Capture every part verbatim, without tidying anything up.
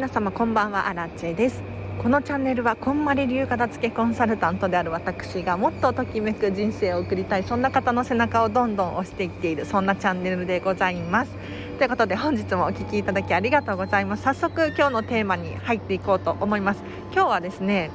皆様こんばんは、アラチェです。このチャンネルはこんまり流片付けコンサルタントである私がもっとときめく人生を送りたい、そんな方の背中をどんどん押していっている、そんなチャンネルでございます。ということで本日もお聞きいただきありがとうございます。早速今日のテーマに入っていこうと思います。今日はですね、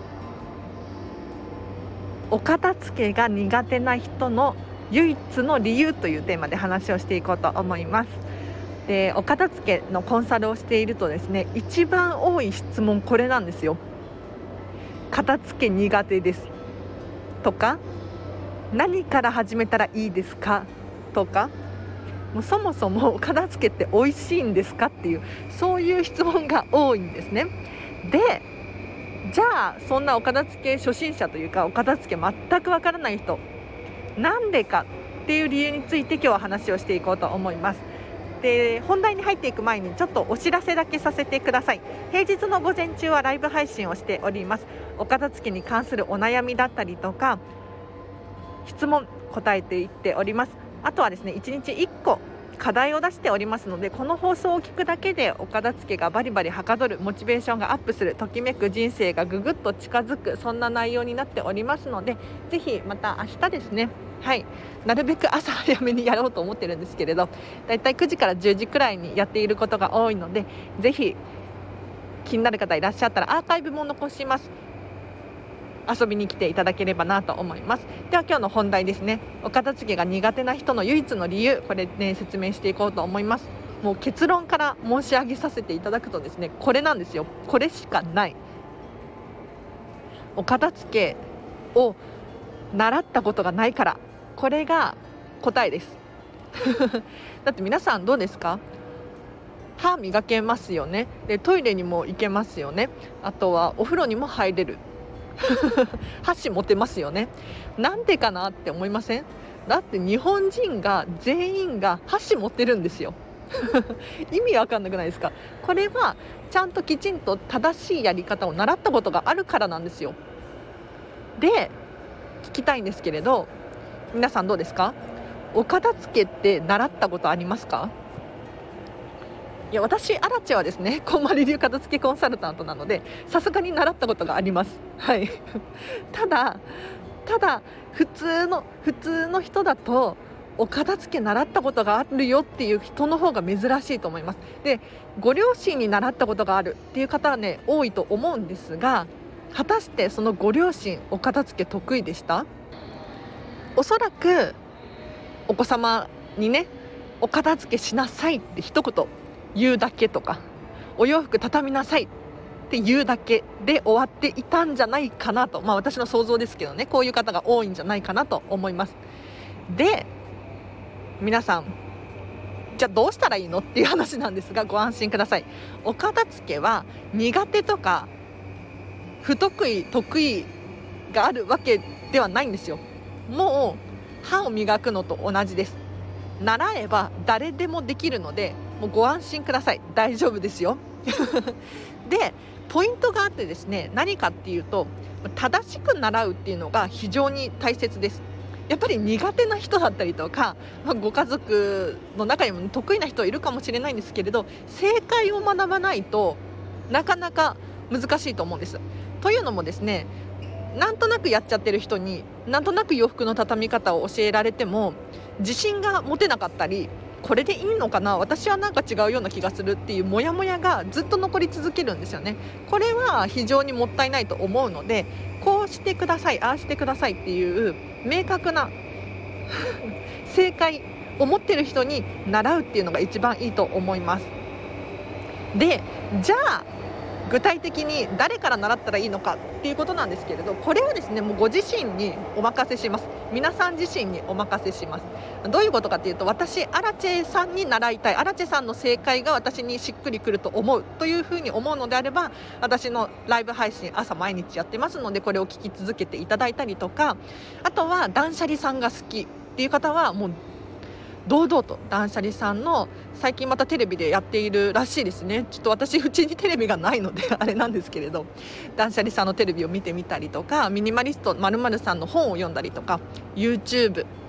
お片付けが苦手な人の唯一の理由というテーマで話をしていこうと思います。で、お片付けのコンサルをしているとですね、一番多い質問これなんですよ。片付け苦手ですとか、何から始めたらいいですかとか、もうそもそもお片付けって美味しいんですかっていう、そういう質問が多いんですね。で、じゃあそんなお片付け初心者というか、お片付け全くわからない人、なんでかっていう理由について今日は話をしていこうと思います。で、本題に入っていく前にちょっとお知らせだけさせてください。平日の午前中はライブ配信をしております。お片付けに関するお悩みだったりとか、質問答えていっております。あとはですね、いちにちいっこ課題を出しておりますので、この放送を聞くだけでお片付けがバリバリはかどる、モチベーションがアップする、ときめく人生がぐぐっと近づく、そんな内容になっておりますので、ぜひまた明日ですね、はい、なるべく朝早めにやろうと思ってるんですけれど、だいたいくじからじゅうじくらいにやっていることが多いので、ぜひ気になる方いらっしゃったらアーカイブも残します。遊びに来ていただければなと思います。では今日の本題ですね。お片付けが苦手な人の唯一の理由、これね説明していこうと思います。もう結論から申し上げさせていただくとですね、これなんですよ。これしかない。お片付けを習ったことがないから、これが答えですだって皆さんどうですか？歯磨けますよね。で、トイレにも行けますよね。あとはお風呂にも入れる箸持てますよね。なんでかなって思いません？だって日本人が全員が箸持ってるんですよ意味わかんなくないですか？これはちゃんときちんと正しいやり方を習ったことがあるからなんですよ。で、聞きたいんですけれど、皆さんどうですか？お片付けって習ったことありますか？いや、私アラチェはですね、こんまり流片付けコンサルタントなので、さすがに習ったことがあります。はいただただ普通の普通の人だと、お片付け習ったことがあるよっていう人の方が珍しいと思います。で、ご両親に習ったことがあるっていう方はね、多いと思うんですが、果たしてそのご両親、お片付け得意でした？おそらくお子様にね、お片付けしなさいって一言言うだけとか、お洋服畳みなさいって言うだけで終わっていたんじゃないかなと、まあ私の想像ですけどね、こういう方が多いんじゃないかなと思います。で、皆さん、じゃあどうしたらいいのっていう話なんですが、ご安心ください。お片付けは苦手とか不得意得意があるわけではないんですよ。もう歯を磨くのと同じです。習えば誰でもできるので、もうご安心ください。大丈夫ですよで、ポイントがあってですね、何かっていうと、正しく習うっていうのが非常に大切です。やっぱり苦手な人だったりとか、まあ、ご家族の中にも得意な人いるかもしれないんですけれど、正解を学ばないとなかなか難しいと思うんです。というのもですね、なんとなくやっちゃってる人になんとなく洋服の畳み方を教えられても自信が持てなかったり、これでいいのかな、私はなんか違うような気がするっていうモヤモヤがずっと残り続けるんですよね。これは非常にもったいないと思うので、こうしてください、ああしてくださいっていう明確な正解を持ってる人に習うっていうのが一番いいと思います。で、じゃあ具体的に誰から習ったらいいのかっていうことなんですけれど、これはですね、もうご自身にお任せします。皆さん自身にお任せします。どういうことかというと、私アラチェさんに習いたい、アラチェさんの正解が私にしっくりくると思うというふうに思うのであれば、私のライブ配信朝毎日やってますので、これを聞き続けていただいたりとか、あとは断捨離さんが好きっていう方はもう堂々と断捨離さんの最近またテレビでやっているらしいですね。ちょっと私うちにテレビがないのであれなんですけれど、断捨離さんのテレビを見てみたりとか、ミニマリスト〇〇さんの本を読んだりとか、 YouTube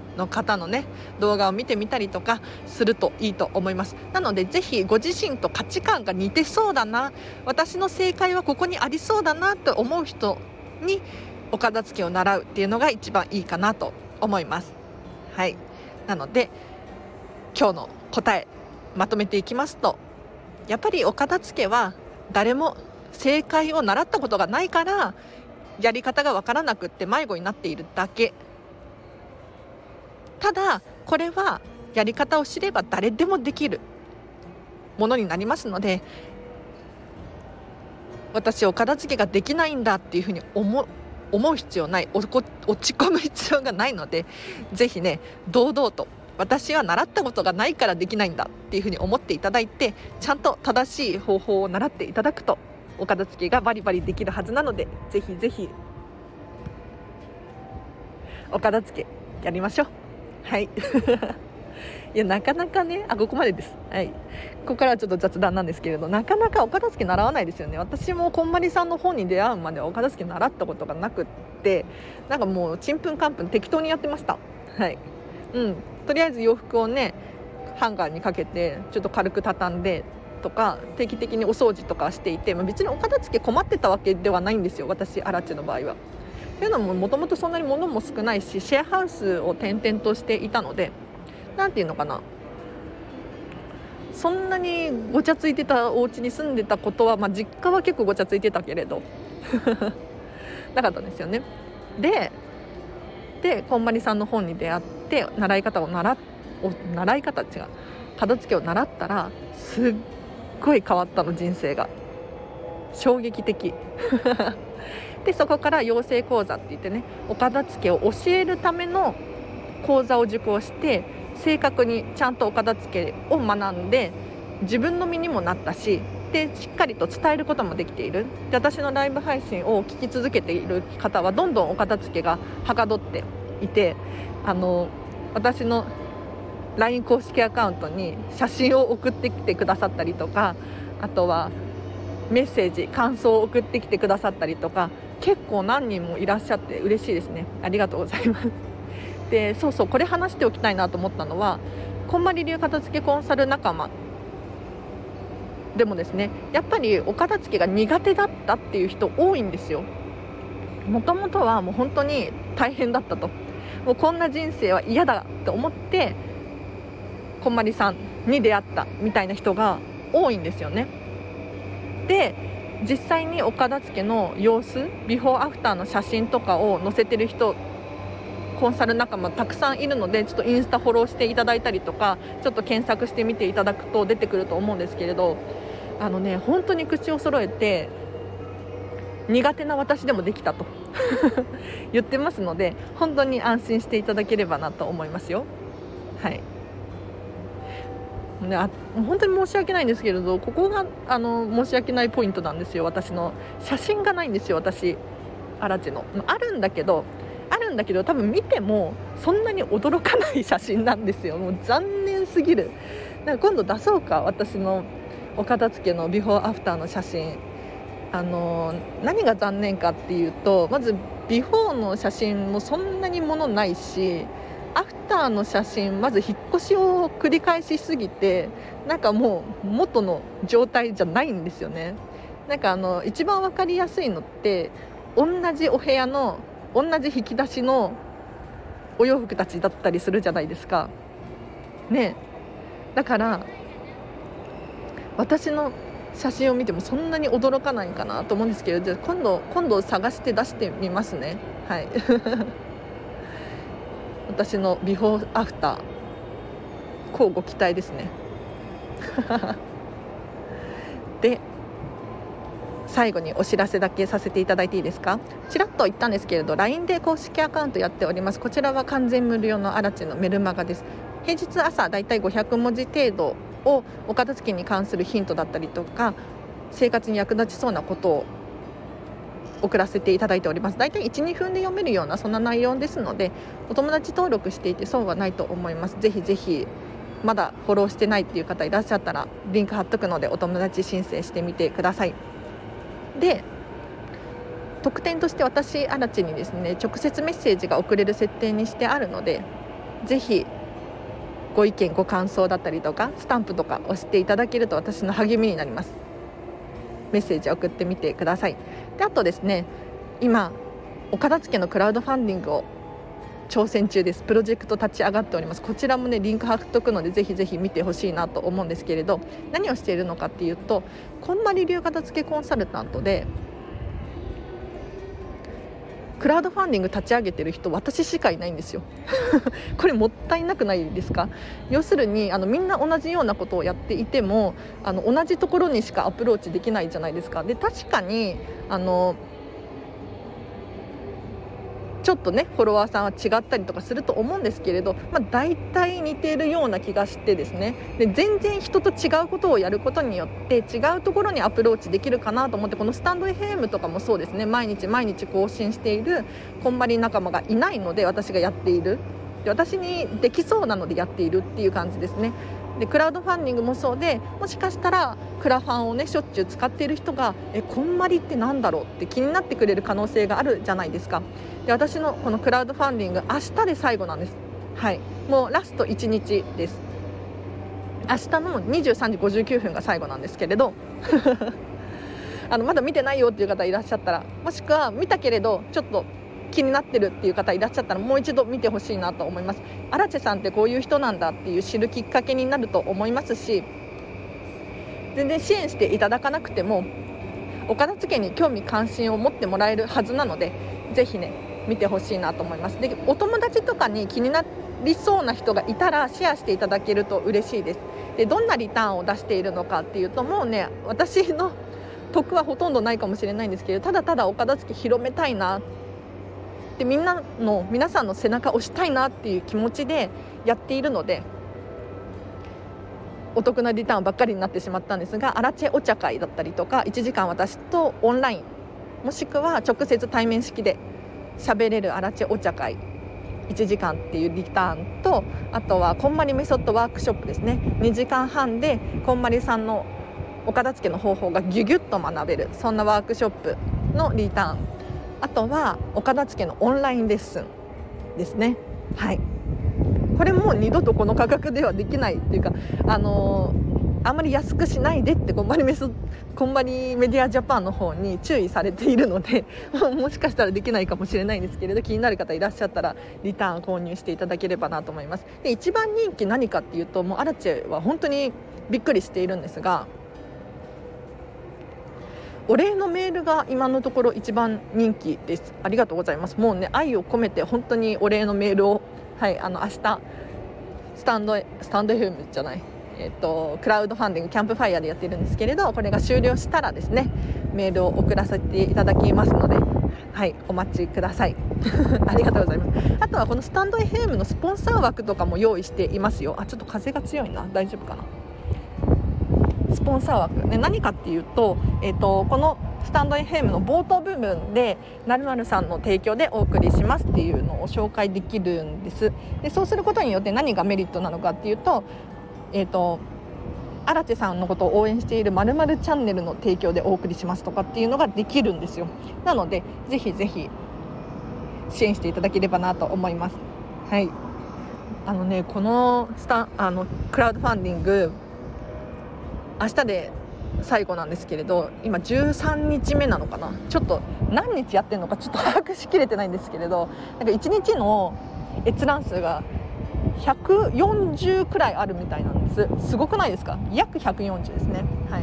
の方のね動画を見てみたりとかするといいと思います。なのでぜひご自身と価値観が似てそうだな、私の正解はここにありそうだなと思う人にお片付けを習うっていうのが一番いいかなと思います。はい、なので今日の答えまとめていきますと、やっぱりお片付けは誰も正解を習ったことがないからやり方がわからなくって迷子になっているだけ。ただこれはやり方を知れば誰でもできるものになりますので、私お片付けができないんだっていうふうに思う思う必要ない、落ち込む必要がないので、ぜひね堂々と私は習ったことがないからできないんだっていうふうに思っていただいて、ちゃんと正しい方法を習っていただくとお片付けがバリバリできるはずなので、ぜひぜひお片付けやりましょう。はいいやなかなかね、あここまでです。はい、ここからはちょっと雑談なんですけれど、なかなかお片付け習わないですよね。私もこんまりさんの本に出会うまではお片付け習ったことがなくって、なんかもうちんぷんかんぷん適当にやってました。はい、うん、とりあえず洋服をねハンガーにかけてちょっと軽く畳んでとか定期的にお掃除とかしていて、まあ、別にお片付け困ってたわけではないんですよ、私アラチェの場合は。というのももともとそんなに物も少ないし、シェアハウスを転々としていたので、なんていうのかな、そんなにごちゃついてたお家に住んでたことは、まあ、実家は結構ごちゃついてたけれどなかったんですよね。ででこんまりさんの本に出会って習い方を習っ習い方違う片付けを習ったらすっごい変わったの、人生が衝撃的でそこから養成講座って言ってね、お片付けを教えるための講座を受講して正確にちゃんとお片付けを学んで自分の身にもなったし、でしっかりと伝えることもできている。で私のライブ配信を聞き続けている方はどんどんお片付けがはかどっていて、あの私の ライン 公式アカウントに写真を送ってきてくださったりとか、あとはメッセージ感想を送ってきてくださったりとか、結構何人もいらっしゃって嬉しいですね。ありがとうございます。でそうそう、これ話しておきたいなと思ったのは、こんまり流片付けコンサル仲間でもですね、やっぱりお片付けが苦手だったっていう人多いんですよ。もともとはもう本当に大変だったと、もうこんな人生は嫌だと思ってこんまりさんに出会ったみたいな人が多いんですよね。で実際にお片付けの様子、ビフォーアフターの写真とかを載せてる人、コンサル仲間たくさんいるので、ちょっとインスタフォローしていただいたりとか、ちょっと検索してみていただくと出てくると思うんですけれど、あのね本当に口を揃えて苦手な私でもできたと言ってますので、本当に安心していただければなと思いますよ。はいね、あ本当に申し訳ないんですけれど、ここがあの申し訳ないポイントなんですよ。私の写真がないんですよ。私アラチのあるんだけどあるんだけど多分見てもそんなに驚かない写真なんですよ。もう残念すぎる。なんか今度出そうか、私のお片付けのビフォーアフターの写真。あの何が残念かっていうと、まずビフォーの写真もそんなに物ないし、アフターの写真まず引っ越しを繰り返しすぎて、なんかもう元の状態じゃないんですよね。なんかあの一番分かりやすいのって同じお部屋の同じ引き出しのお洋服たちだったりするじゃないですかね。だから私の写真を見てもそんなに驚かないかなと思うんですけど、じゃあ今度今度探して出してみますね。はい私のビフォーアフター乞うご期待ですねで最後にお知らせだけさせていただいていいですか。ちらっと言ったんですけれど ライン で公式アカウントやっております。こちらは完全無料のアラチのメルマガです。平日朝だいたいごひゃくもじ程度をお片付けに関するヒントだったりとか生活に役立ちそうなことを送らせていただいております。だいたい いちにふんで読めるようなそんな内容ですので、お友達登録していて損はないと思います。ぜひぜひまだフォローしてないっていう方いらっしゃったらリンク貼っとくのでお友達申請してみてください。で特典として私アラチにですね直接メッセージが送れる設定にしてあるので、 ぜひご意見ご感想だったりとかスタンプとか押していただけると私の励みになります。メッセージを送ってみてください。であとですね、今お片付けのクラウドファンディングを挑戦中です。プロジェクト立ち上がっております。こちらもねリンク貼っとくのでぜひぜひ見てほしいなと思うんですけれど、何をしているのかっていうと、こんまり流片付けコンサルタントでクラウドファンディング立ち上げてる人私しかいないんですよこれもったいなくないですか？要するにあのみんな同じようなことをやっていてもあの同じところにしかアプローチできないじゃないですか。で確かにあのちょっとねフォロワーさんは違ったりとかすると思うんですけれど、まあ、大体似ているような気がしてですね、で全然人と違うことをやることによって違うところにアプローチできるかなと思って、このスタンド エフエム とかもそうですね、毎日毎日更新しているこんまり仲間がいないので私がやっている、で私にできそうなのでやっているっていう感じですね。でクラウドファンディングもそうで、もしかしたらクラファンをねしょっちゅう使っている人がえこんまりってなんだろうって気になってくれる可能性があるじゃないですか。で私のこのクラウドファンディング明日で最後なんです。はい、もうラストいちにちです。明日のにじゅうさんじごじゅうきゅうふんが最後なんですけれどあのまだ見てないよっていう方いらっしゃったら、もしくは見たけれどちょっと気になってるっていう方いらっしゃったらもう一度見てほしいなと思います。アラチェさんってこういう人なんだっていう知るきっかけになると思いますし、全然支援していただかなくてもお片付けに興味関心を持ってもらえるはずなので、ぜひね見てほしいなと思います。でお友達とかに気になりそうな人がいたらシェアしていただけると嬉しいです。でどんなリターンを出しているのかっていうと、もうね私の得はほとんどないかもしれないんですけど、ただただお片付け広めたいなで、みんなの皆さんの背中を押したいなっていう気持ちでやっているので、お得なリターンばっかりになってしまったんですが、アラチェお茶会だったりとかいちじかん私とオンラインもしくは直接対面式で喋れるアラチェお茶会いちじかんっていうリターンと、あとはこんまりメソッドワークショップですね、にじかんはんでこんまりさんのお片付けの方法がギュギュッと学べる、そんなワークショップのリターン、あとはお片付けのオンラインレッスンですね。はい、これも二度とこの価格ではできないっていうか、あのー、あんまり安くしないでってこんまりメソこんまりメディアジャパンの方に注意されているのでもしかしたらできないかもしれないんですけれど、気になる方いらっしゃったらリターン購入していただければなと思います。で一番人気何かっていうと、もうアラチェは本当にびっくりしているんですが、お礼のメールが今のところ一番人気です。ありがとうございます。もうね愛を込めて本当にお礼のメールを、はい、あの明日スタンドスタンド エフエム じゃない、えっと、クラウドファンディングキャンプファイヤーでやってるんですけれど、これが終了したらですねメールを送らせていただきますので、はい、お待ちくださいありがとうございます。あとはこのスタンド エフエム のスポンサー枠とかも用意していますよ。あ、ちょっと風が強いな、大丈夫かな。スポンサー枠、ね、何かっていうと、えーと、このスタンド エフエム の冒頭部分で〇〇さんの提供でお送りしますっていうのを紹介できるんです。でそうすることによって何がメリットなのかっていうと、えーとアラチェさんのことを応援している〇〇チャンネルの提供でお送りしますとかっていうのができるんですよ。なのでぜひぜひ支援していただければなと思います。はい、あのねこのスタあのクラウドファンディング明日で最後なんですけれど、今じゅうさんにちめなのかな、ちょっと何日やってるのかちょっと把握しきれてないんですけれど、なんかいちにちの閲覧数がひゃくよんじゅうくらいあるみたいなんです。すごくないですか？約ひゃくよんじゅうですね。はい、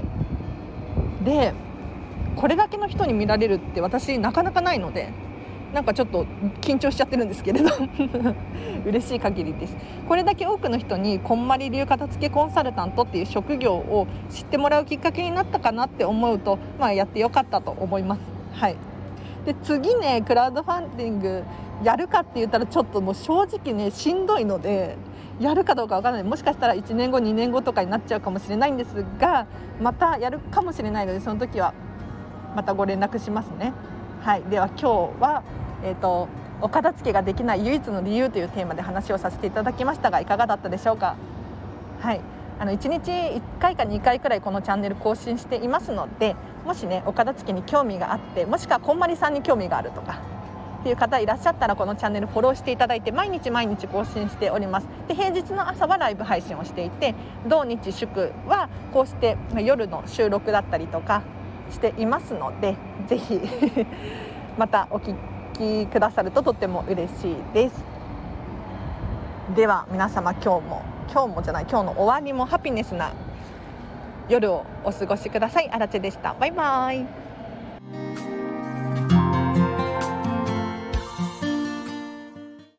でこれだけの人に見られるって私なかなかないので、なんかちょっと緊張しちゃってるんですけれど嬉しい限りです。これだけ多くの人にこんまり流片付けコンサルタントっていう職業を知ってもらうきっかけになったかなって思うと、まあ、やってよかったと思います。はい、で次ねクラウドファンディングやるかって言ったらちょっともう正直ねしんどいのでやるかどうかわからない。もしかしたらいちねんごにねんごとかになっちゃうかもしれないんですが、またやるかもしれないのでその時はまたご連絡しますね。はい、では今日はえーと、お片付けができない唯一の理由というテーマで話をさせていただきましたが、いかがだったでしょうか。はい、あのいちにちいっかいかにかいくらいこのチャンネル更新していますので、もしねお片付けに興味があって、もしくはこんまりさんに興味があるとかっていう方いらっしゃったらこのチャンネルフォローしていただいて、毎日毎日更新しております。で平日の朝はライブ配信をしていて、土日祝はこうして夜の収録だったりとかしていますので、ぜひまたお聞きくださるととっても嬉しいです。では皆様、今日も今日もじゃない今日の終わりもハピネスな夜をお過ごしください。あらちでした。バイバイ。